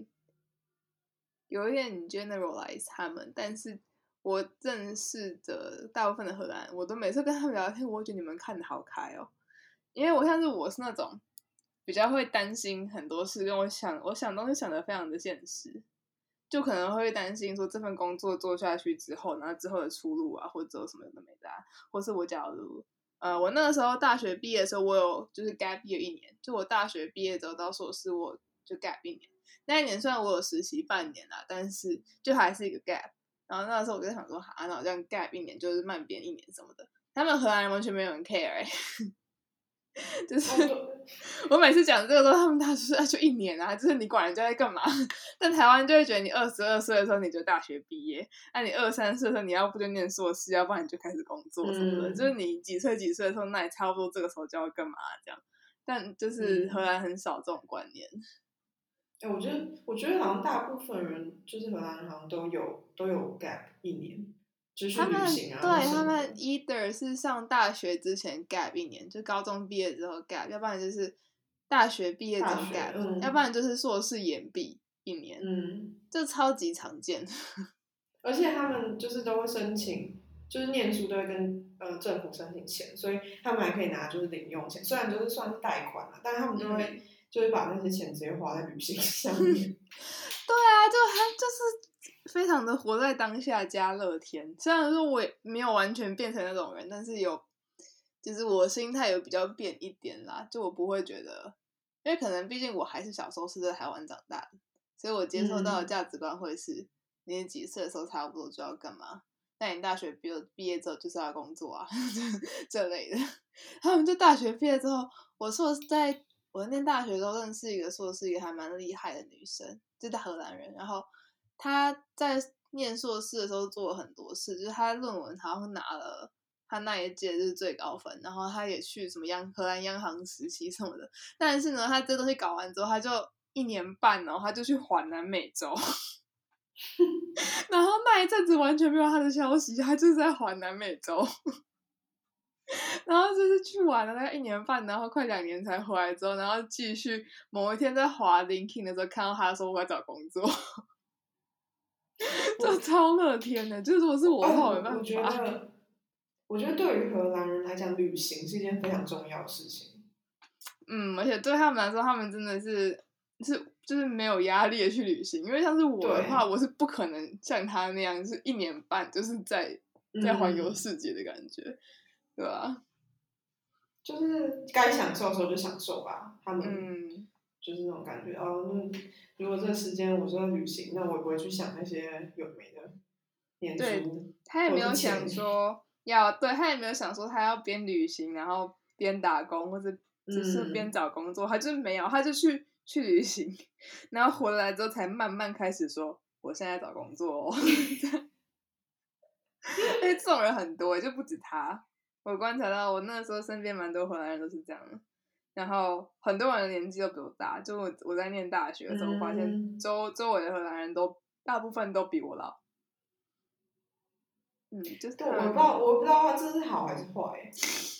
generalize 他们，但是我认识的大部分的荷兰人，我都每次跟他们聊天，我觉得你们看得好开哦，因为我是那种比较会担心很多事，跟我想东西想得非常的现实，就可能会担心说这份工作做下去之后，然后之后的出路啊，或者之后什么有的没的，或是我假如我那个时候大学毕业的时候，我有就是 gap year 1年，就我大学毕业之后到硕士，我就 gap 1年。那一年虽然我有实习半年啦，但是就还是一个 gap。然后那时候我就想说，那我这样 gap 1年就是慢编1年什么的。他们荷兰人完全没有人 care 就是我每次讲这个时候，他们大说就1年啊，就是你管人家在干嘛？但台湾就会觉得你22岁的时候你就大学毕业，那你23岁的时候你要不就念硕士，要不然你就开始工作什么的。就是你几岁的时候，那也差不多这个时候就要干嘛这样。但就是荷兰很少这种观念。 我觉得好像大部分人就是荷兰人好像都有 gap 1年。就是去旅行啊， 对，他们 either 是上大学之前 gap 1年，就高中毕业之后 gap， 要不然就是大学毕业之后 gap，要不然就是硕士延毕1年，这超级常见。 而且他们就是都会申请，就是念书都会跟政府申请钱，所以他们还可以拿就是零用钱，虽然就是算是贷款啦，但是他们都会就是把那些钱直接花在旅行上面。 对啊，他就是非常的活在当下加乐天。虽然说我也没有完全变成那种人，但是就是我心态有比较变一点啦。就我不会觉得，因为可能毕竟我还是小时候是在台湾长大的，所以我接受到的价值观会是，你几岁的时候差不多就要干嘛。那你大学毕业之后就是要工作啊这类的。他们就大学毕业之后，我念大学的时候认识一个硕士，一个还蛮厉害的女生，就是荷兰人。然后她在念硕士的时候做了很多事，就是她论文好像拿了她那一届就是最高分，然后她也去什么荷兰央行实习什么的。但是呢，她这东西搞完之后，她就1年半她就去环南美洲。然后那一阵子完全没有她的消息，她就是在环南美洲。然后就是去玩了大概1年半，然后快2年才回来之后，然后继续某一天在滑 LinkedIn 的时候看到他说我要找工作，就超乐天的。就是如果是我的话，我没办法。 我觉得对于荷兰人来讲，旅行是一件非常重要的事情。 而且对他们来说，他们真的是就是没有压力的去旅行，因为像是我的话，我是不可能像他那样是1年半就是在在环游世界的感觉，对吧？ 就是该享受的时候就享受吧，他们就是那种感觉哦。那如果这个时间我是在旅行，那我也不会去想那些有没的念书， 他也没有或者是钱想说他也没有想说他要边旅行然后边打工，或者只是边找工作，他就是没有，他就去旅行，然后回来之后才慢慢开始说我现在找工作哦。因为这种人很多，就不止他。我观察到，我那个时候身边蛮多荷兰人都是这样的，然后很多人的年纪都比我大。就我在念大学的时候，我发现周围的荷兰人大部分都比我老。就是对，我不知道他这是好还是坏。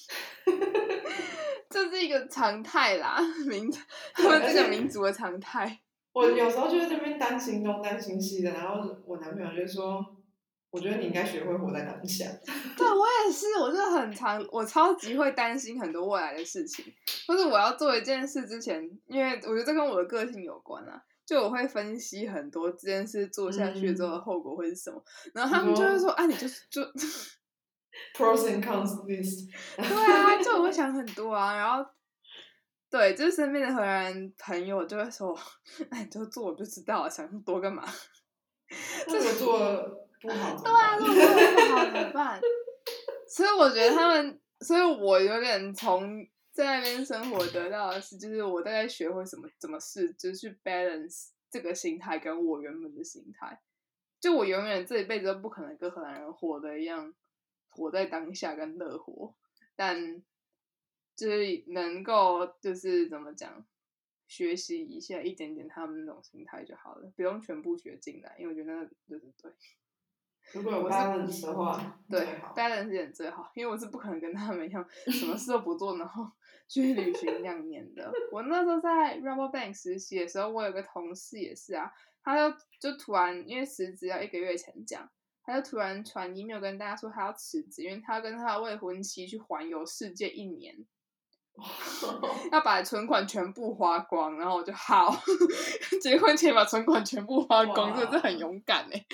这是一个常态啦，他们这个民族的常态。 我有时候就在这边担心东担心西的，然后我男朋友就说：“我觉得你应该学会活在当下。” 对，我也是，我超级会担心很多未来的事情，或是我要做一件事之前，因为我觉得这跟我的个性有关啊，就我会分析很多这件事做下去之后的后果会是什么，然后他们就会说：“啊，你就 pros and cons list。” 对啊，就我会想很多啊，然后对，就是身边的荷兰人朋友就会说：“哎，你就做我就知道了，想那么多干嘛？” 那如果做不好怎么办？ 对啊，如果做不好怎么办？所以我觉得所以我有点从在那边生活得到的是，就是我大概学会怎么试，就是去 balance 这个心态跟我原本的心态。就我永远这一辈子都不可能跟荷兰人活的一样，活在当下跟乐活，但就是能够就是怎么讲，学习一下一点点他们那种心态就好了，不用全部学进来，因为我觉得那就是对。 如果有 balance 的话， 对最好 balance 点最好，因为我是不可能跟他们一样，什么事都不做，然后去旅行2年的。我那时候在 Rabobank 实习的时候，我有个同事也是啊，他就突然因为辞职要1个月前讲，他就突然传 email 跟大家说他要辞职，因为他跟他的未婚妻去环游世界1年。要把存款全部花光，然后我就好，结婚前把存款全部花光，真的是很勇敢哎。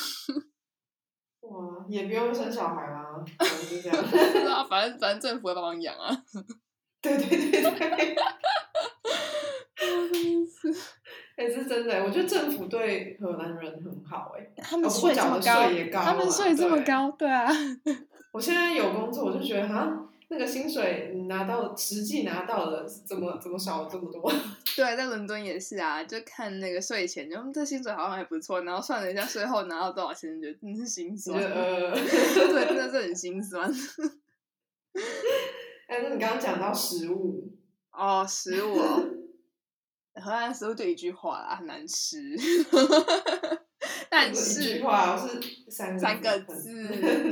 哇，也不用生小孩啦，就这样。 是啊，反正政府会帮忙养啊。 对。真是真的，我觉得政府对荷兰人很好他们税这么高，他们税这么高，对啊。 我现在有工作，我就觉得哈，那个薪水实际拿到的怎么少了这么多？ 对，在伦敦也是啊，就看那个税前，就这薪水好像还不错，然后算了一下税后拿到多少钱，觉得真是心酸。对，真的是很心酸。 那你刚刚讲到食物哦，食物哦。荷兰食物就一句话啦，很难吃。但是一句话是3 个字。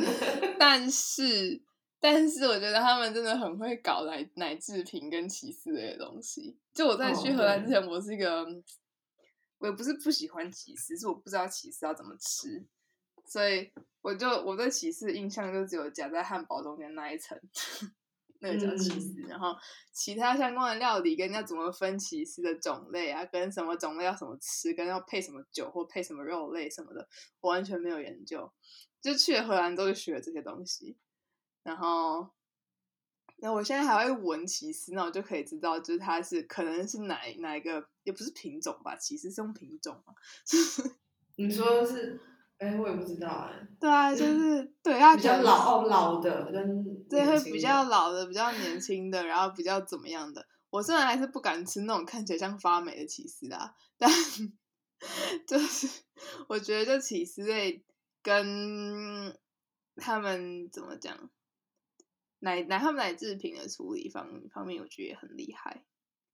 但是我觉得他们真的很会搞奶制品跟起司类的东西。就我在去荷兰之前，我是一个，我也不是不喜欢起司，是我不知道起司要怎么吃，所以我对起司的印象就只有夹在汉堡中间那一层。那个叫起司，然后其他相关的料理跟要怎么分起司的种类啊，跟什么种类要怎么吃，跟要配什么酒或配什么肉类什么的，我完全没有研究。就去了荷兰之后就学了这些东西，然后我现在还会闻起司，那我就可以知道，就是它是可能是哪一个，也不是品种吧？起司是用品种吗？ 你说的是？我也不知道对啊，就是对它比较老的跟对，会比较老的，比较年轻的，然后比较怎么样的。我虽然还是不敢吃那种看起来像发霉的起司啊，但就是我觉得就起司类跟他们怎么讲他们奶制品的处理方面，我觉得也很厉害。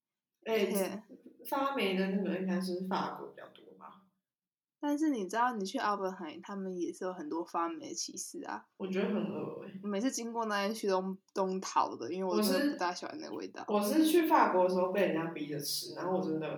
发霉的那个应该是法国比较多吧。 但是你知道，你去阿伯海，他们也是有很多发霉的起司啊。 我觉得很恶我每次经过那些区都逃的，因为我真的不大喜欢那个味道。 我是去法国的时候被人家逼着吃，然后我真的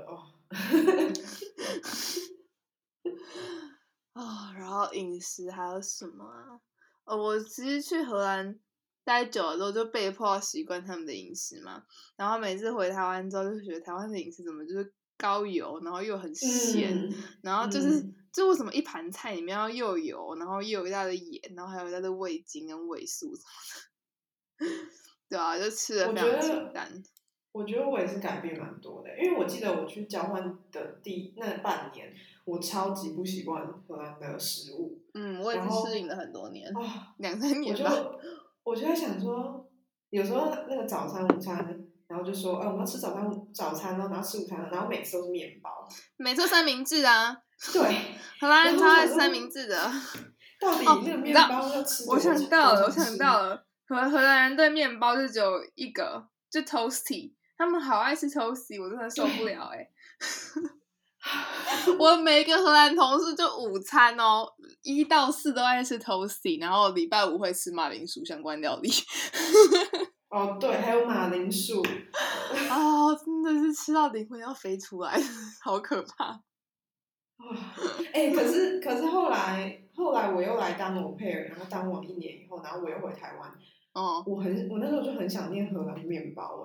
然后饮食还有什么啊？我其实去荷兰待久了之后，就被迫要习惯他们的饮食嘛。然后每次回台湾之后，就觉得台湾的饮食怎么就是高油，然后又很咸，然后就为什么一盘菜里面要又油，然后又有一大堆盐，然后还有一大堆味精跟味素什么的，对啊，就吃的非常清淡。 我觉得我也是改变蛮多的，因为我记得我去交换的那半年，我超级不习惯荷兰的食物。 我也是适应了很多年，2-3年吧。我就在想说，有时候那个早餐、午餐，然后就说，我们要吃早餐然后吃午餐，然后每次都是面包， 每次三明治啊。 对， 荷兰人超爱吃三明治的。 到底那个面包要吃多少？我想到了，荷兰人对面包就只有一个，就 toasty。他们好爱吃 toasty， 我真的受不了我每一个荷兰同事就午餐1到4都爱吃 toasty， 然后礼拜5会吃马铃薯相关料理。 对，还有马铃薯。 真的是吃到灵魂要飞出来，好可怕。 可是后来我又来当au pair，然后当完1年以后，然后我又回台湾。我那时候就很想念荷兰面包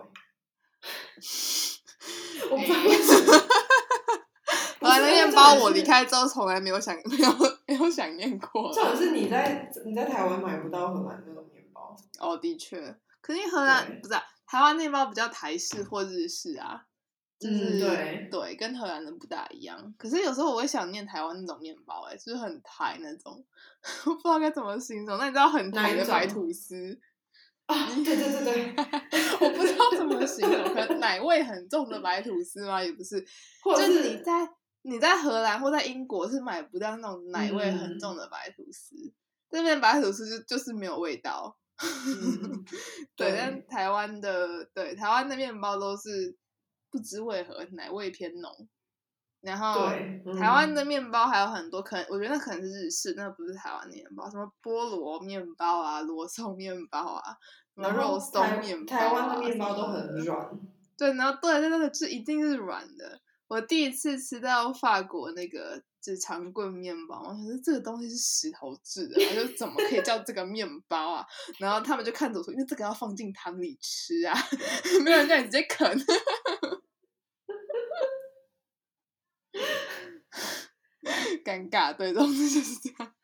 我不知道为什么。 荷兰的面包我离开之后从来没有想念过。 重点是你在台湾买不到荷兰那种面包。 的确，可是荷兰不是台湾面包比较台式或日式啊，就是对，跟荷兰的不大一样。可是有时候我会想念台湾那种面包就是很台那种，我不知道该怎么形容。那你知道很台的白吐司？ 对， 我不知道怎么形容，可能奶味很重的白吐司吗？也不是，就是你在荷兰或在英国是买不到那种奶味很重的白吐司，这边白吐司就是没有味道。对，但台湾的面包都是不知为何奶味偏浓。然后台湾的面包还有很多，我觉得那可能是日式，那不是台湾的面包，什么菠萝面包啊、罗宋面包啊、什么肉松面包台湾的面包都很软。 对，然后对，那个是一定是软的。我第一次吃到法国那个就是长棍面包，我想说这个东西是石头制的，就怎么可以叫这个面包啊？然后他们就看着我说，因为这个要放进汤里吃啊，没有人叫你直接啃。尴尬，对，东西就是这样。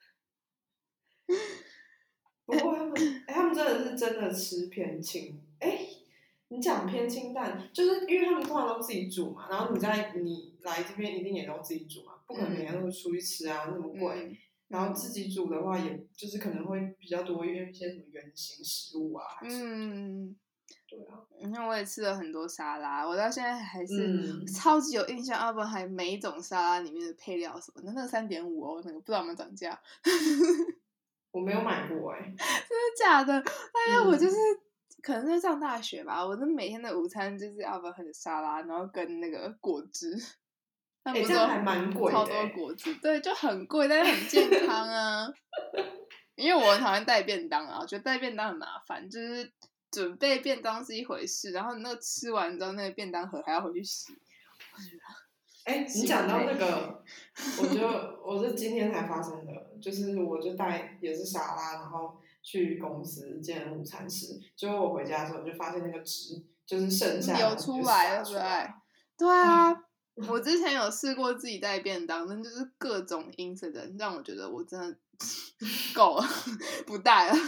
不过他们真的吃偏清。你讲偏清淡，就是因为他们通常都自己煮嘛，然后你来这边一定也都自己煮嘛，不可能每天都出去吃啊，那么贵。然后自己煮的话，也就是可能会比较多一些什么原型食物啊，还是对啊。 你看我也吃了很多沙拉，我到现在还是超级有印象。阿本还每一种沙拉里面的配料什么的，那个3.5欧，那个不知道有没有涨价。 我没有买过真的假的？大概我就是可能是上大学吧，我的每天的午餐就是阿本很的沙拉，然后跟那个果汁。 这样还蛮贵的。 超多果汁，对，就很贵，但是很健康啊。因为我很讨厌带便当啊，我觉得带便当很麻烦，就是准备便当是一回事，然后你那个吃完之后，那个便当盒还要回去洗。 你讲到那个，我是今天才发生的，就是我就带也是沙拉，然后去公司煎午餐吃，结果我回家的时候就发现那个汁就是剩下的流出来了，对啊。我之前有试过自己带便当，但就是各种incident让我觉得我真的够了，不带了。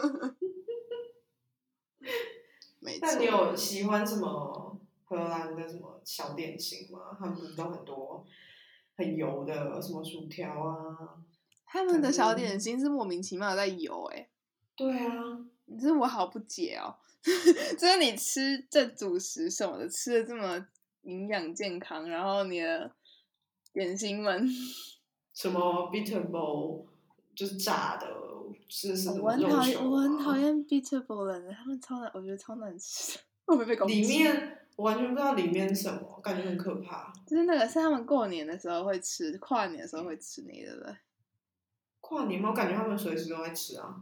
没错。 那你有喜欢什么荷兰的什么小点心吗？他们不是都很多很油的什么薯条啊？ 他们的小点心是莫名其妙的在油对啊， 这我好不解哦。就是你吃正主食什么的，吃的这么营养健康，然后你的点心们什么 Bitterball 就是炸的，是什么肉球啊？ 我很讨厌 Bitterball 的人，他们我觉得超难吃的，会不会被攻击？ 里面我完全不知道里面是什么，感觉很可怕。 就是那个是他们过年的时候会吃，跨年的时候会吃那个的。 跨年吗？我感觉他们随时都在吃啊。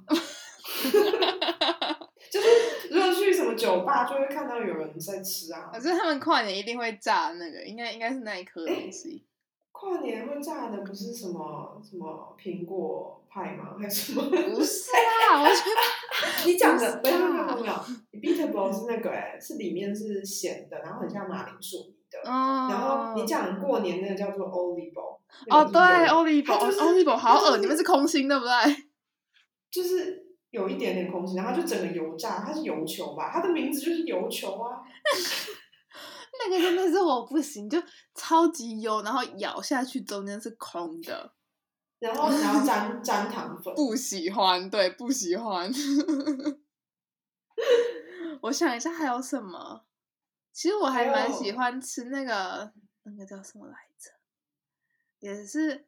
就是如果去什么酒吧，就会看到有人在吃啊。 可是他们跨年一定会炸那个，应该是那一颗东西。 跨年会炸的不是什么苹果派吗？还是什么？ 不是啊，我觉得你讲的没有。Bitterball 是那个是里面是咸的，然后很像马铃薯泥， 的。然后你讲过年那个叫做 Olive， 哦，对 Olive 好恶， 你们是空心对不对？ 就是有一点点空心，然后就整个油炸，它是油球吧？它的名字就是油球啊。 那个真的是我不行，就超级油，然后咬下去中间是空的， 然后你要沾糖粉。 不喜欢，对，不喜欢。我想一下还有什么，其实我还蛮喜欢吃那个叫什么来着，也是，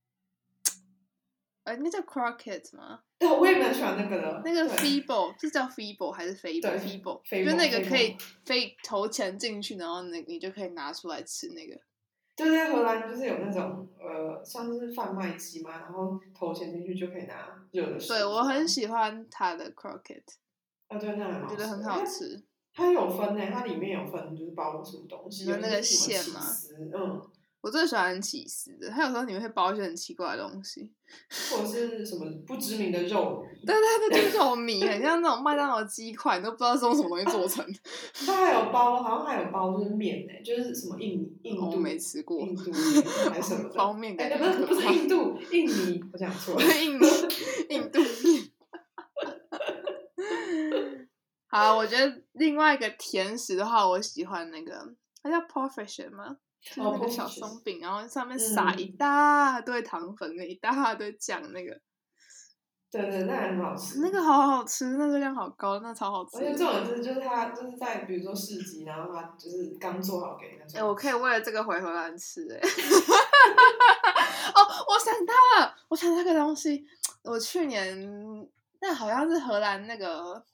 那叫 croquette 吗？ 对，我也蛮喜欢那个的。 那个 feeble 是叫 feeble 还是 feeble？ 就那个可以飞投钱进去，然后你就可以拿出来吃那个。 就在荷兰就是有那种像是贩卖机嘛，然后投钱进去就可以拿热的水。 对，我很喜欢它的 croquette。 对，那我觉得很好吃。 它有分呢，它里面有分就是包什么东西， 有那个馅吗？我最喜欢起司的，它有时候你们会包一些很奇怪的东西， 或者是什么不知名的肉米。 对，就是肉米，很像那种麦当劳鸡块，你都不知道是用什么东西做成。 它还有包，好像还有包就是面呢，就是什么印度， 我没吃过印度面还是什么的方面感觉不是印度，印尼，我讲错了， 印度面。好，我觉得另外一个甜食的话，我喜欢那个，它叫 Porfisher 吗？就是那个小松饼，然后上面撒一大堆糖粉，一大堆酱，那个。 对，那很好吃。 那个好好吃，那热量好高，那超好吃。 而且这种就是它就是在比如说市集，然后它就是刚做好给那种。 我可以为了这个回荷兰吃哦，我想到了，我想到一个东西，我去年那好像是荷兰那个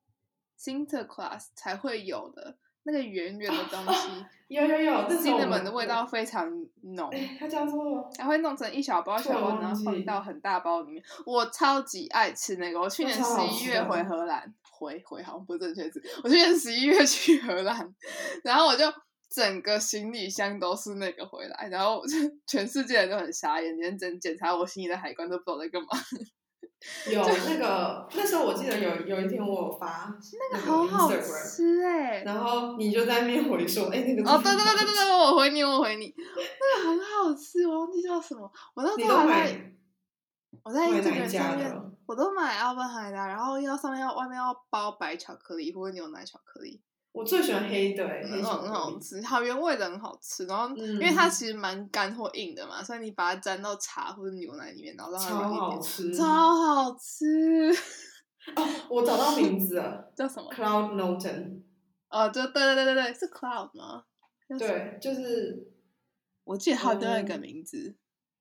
Sinterklaas 才会有的那个圆圆的东西。 有 ，cinnamon 的味道非常浓。 它叫做， 它会弄成一小包小包，然后放到很大包里面。我超级爱吃那个。我去年11月回荷兰，回好像不是正确字。我去年11月去荷兰，然后我就整个行李箱都是那个回来，然后全世界人都很傻眼，连检查我行李的海关都不知道在干嘛。 有那时候我记得有一天我有发那个好好吃然后你就在那边回说，那个对，我回你，那个很好吃，我忘记叫什么，我那时候我在这个上面，我都买奥本海达，然后外面要包白巧克力或者牛奶巧克力。 我最喜欢黑的， 很好吃，好原味的很好吃。然后因为它其实蛮干或硬的嘛，所以你把它沾到茶或者牛奶里面，然后让它软一点，超好吃。 我找到名字了， 叫什么 ？Cloud Norton。 对，是 Cloud 吗？ 对，就是我记得还有另外一个名字。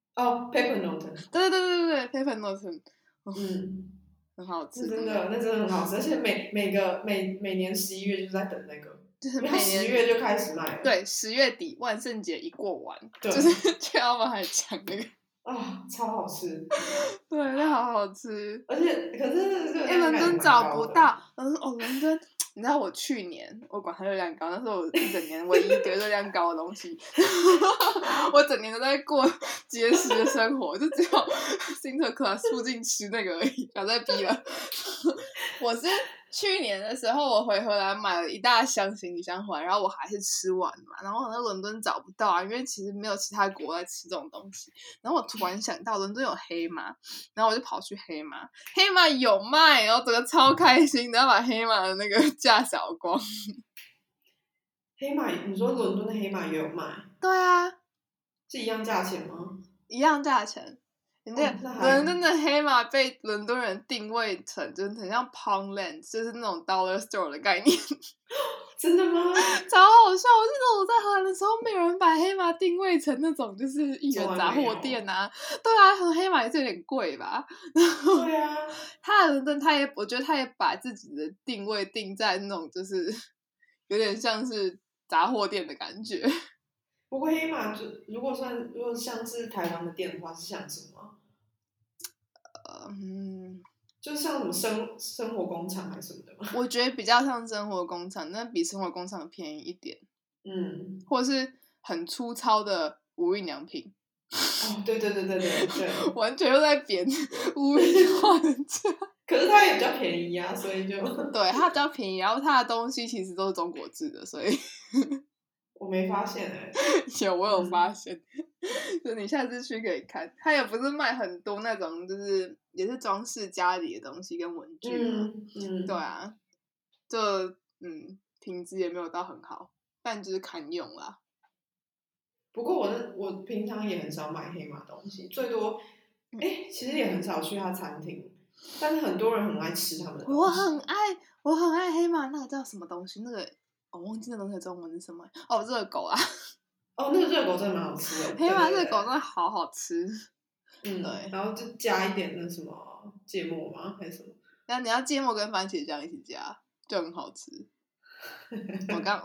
Pepper Norton。 对，Pepper Norton。很好吃， 那真的很好吃，而且每年11月就是在等那个， 就是每年10月就开始卖了。 对，10月底万圣节一过完， 就是去澳门还抢那个超好吃。 对，那好好吃。 而且可是伦敦找不到，伦敦。你知道我去年我管它热量高，那是我一整年唯一一个热量高的东西。我整年都在过节食的生活，就只有Sinterklaas附近吃那个而已，不要再逼了。我是去年的时候，我回荷兰买了一大箱行李箱回来，然后我还是吃完嘛。然后我在伦敦找不到啊，因为其实没有其他国在吃这种东西。然后我突然想到伦敦有黑马，然后我就跑去黑马有卖，然后整个超开心，然后把黑马的那个价扫光。 黑马，你说伦敦的黑马也有卖？ 对啊， 是一样价钱吗？ 一样价钱。伦敦的黑马被伦敦人定位成就是很像 Poundland， 就是那种 Dollar Store 的概念。 真的吗？ 超好笑！我记得我在荷兰的时候，没有人把黑马定位成那种就是一元杂货店啊。对啊，黑马也是有点贵吧。 对啊。 他的伦敦，我觉得他也把自己的定位定在那种就是有点像是杂货店的感觉。 不过黑马如果像是台湾的店的话，是像什么？就是像什么生活工厂还是什么的吗？ 我觉得比较像生活工厂，但比生活工厂便宜一点。或是很粗糙的无印良品。 对， 完全又在贬无印化人家。 可是它也比较便宜啊，所以就对，它比较便宜，然后它的东西其实都是中国制的，所以我没发现哎、 我有发现，就你下次去可以看，它也不是卖很多那种，就是也是装饰家里的东西跟文具嘛。对啊，就品质也没有到很好，但就是堪用啦。 不过我平常也很少买黑马东西，最多其实也很少去他餐厅，但是很多人很爱吃他们的东西。 我很爱黑马那个叫什么东西，那个我忘记那东西的中文是什么哦，热狗啊。 哦，那个热狗真的蛮好吃的， 黑马热狗真的好好吃。 对，然后就加一点那什么芥末吗？还是什么？ 但你要芥末跟番茄酱一起加，就很好吃。我刚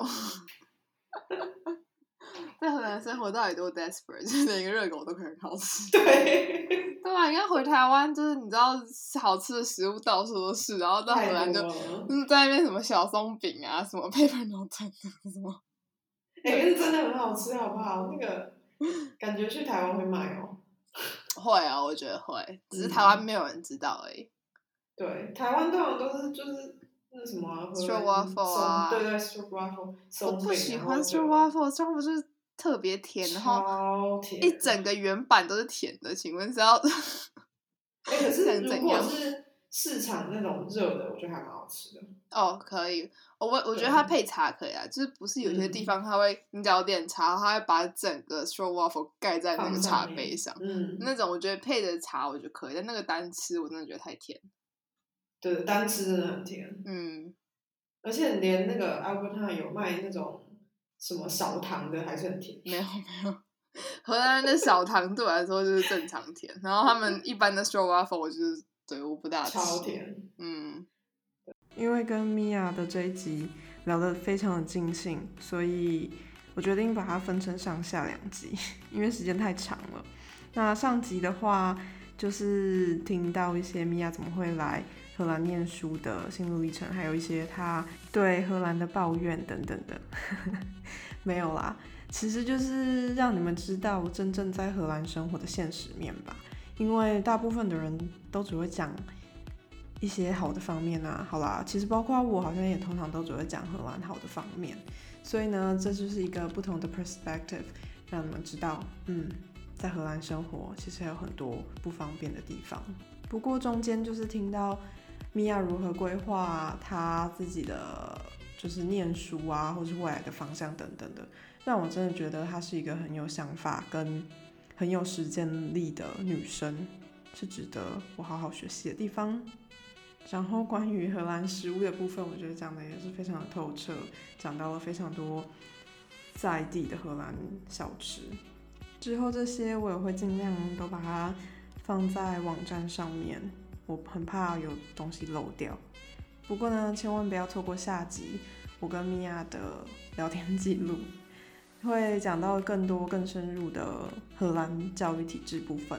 在荷兰生活到底多 desperate， 就是连一个热狗都可以很好吃。 对， 对啊，你看回台湾，就是你知道好吃的食物到处都是，然后到荷兰就是在那边什么小松饼啊，什么 pepperoni 什么。 那真的很好吃，好不好？那个感觉去台湾会买哦。 会啊，我觉得会，只是台湾没有人知道而已。 对，台湾通常都是就是那什么 stroopwafel 啊， 对 stroopwafel 我不喜欢 stroopwafel 就是特别甜，然后超甜， 一整个原版都是甜的，请问是要？ 可是如果是市场那种热的，我觉得还蛮好吃的。 哦，可以，我觉得它配茶可以啊，就是不是有些地方它会，你只要点茶，它会把整个 stroopwafel 盖在那个茶杯上，那种我觉得配的茶我觉得可以，但那个单吃我真的觉得太甜。 对，单吃真的很甜。而且连那个 Alberta 有卖那种什么少糖的，还是很甜。 没有，荷兰人的少糖对我来说就是正常甜，然后他们一般的 stroopwafel 我就是对我不大吃。 超甜。 因为跟米娅的这一集聊得非常的尽兴，所以我决定把它分成上下2集，因为时间太长了。那上集的话，就是听到一些米娅怎么会来荷兰念书的心路历程，还有一些她对荷兰的抱怨等等的。没有啦，其实就是让你们知道真正在荷兰生活的现实面吧。因为大部分的人都只会讲一些好的方面啊，好啦，其实包括我好像也通常都只会讲荷兰好的方面，所以呢，这就是一个不同的 perspective， 让你们知道，在荷兰生活其实还有很多不方便的地方。不过中间就是听到米娅如何规划她自己的就是念书啊，或是未来的方向等等的，让我真的觉得她是一个很有想法跟很有实践力的女生，是值得我好好学习的地方。然后关于荷兰食物的部分，我觉得讲的也是非常的透彻，讲到了非常多在地的荷兰小吃。之后这些我也会尽量都把它放在网站上面，我很怕有东西漏掉。不过呢，千万不要错过下集我跟米娅的聊天记录，会讲到更多更深入的荷兰教育体制部分。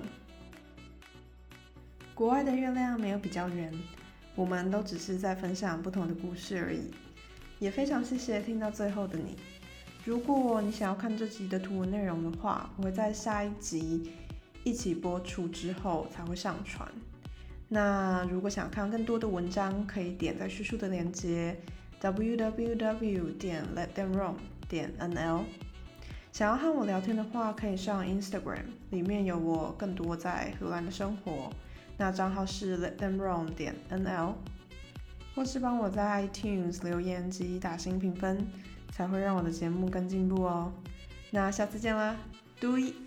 国外的月亮没有比较圆，我们都只是在分享不同的故事而已。也非常谢谢听到最后的你。如果你想要看这集的图文内容的话，我会在下一集一起播出之后才会上传。那如果想看更多的文章，可以点在叙述的连结 www.letthemroam.nl。想要和我聊天的话，可以上 Instagram， 里面有我更多在荷兰的生活，那账号是 letthemroam.nl， 或是帮我在 iTunes 留言及打星评分，才会让我的节目更进步哦。那下次见啦，doei。